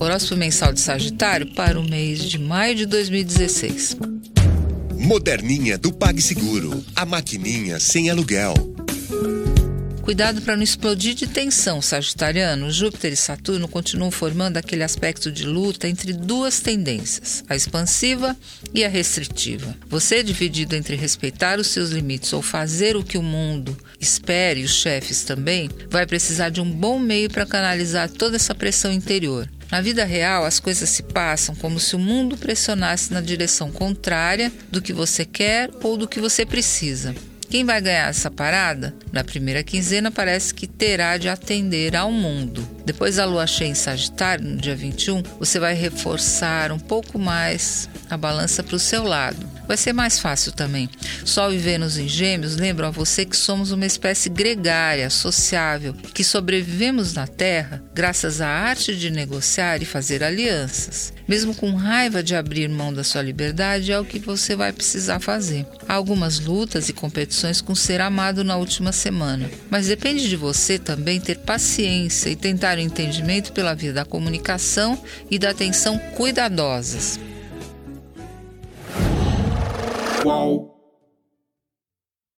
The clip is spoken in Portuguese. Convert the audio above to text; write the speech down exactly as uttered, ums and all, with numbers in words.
Horóscopo mensal de Sagitário para o mês de maio de dois mil e dezesseis. Moderninha do PagSeguro, a maquininha sem aluguel. Cuidado para não explodir de tensão, sagitariano. Júpiter e Saturno continuam formando aquele aspecto de luta entre duas tendências, a expansiva e a restritiva. Você, dividido entre respeitar os seus limites ou fazer o que o mundo espera, e os chefes também, vai precisar de um bom meio para canalizar toda essa pressão interior. Na vida real, as coisas se passam como se o mundo pressionasse na direção contrária do que você quer ou do que você precisa. Quem vai ganhar essa parada? Na primeira quinzena parece que terá de atender ao mundo. Depois da lua cheia em Sagitário, no dia vinte e um, você vai reforçar um pouco mais a balança para o seu lado. Vai ser mais fácil também. Sol e Vênus em Gêmeos lembram a você que somos uma espécie gregária, sociável, que sobrevivemos na Terra graças à arte de negociar e fazer alianças. Mesmo com raiva de abrir mão da sua liberdade, é o que você vai precisar fazer. Há algumas lutas e competições com ser amado na última semana, mas depende de você também ter paciência e tentar o entendimento pela via da comunicação e da atenção cuidadosas. Uau!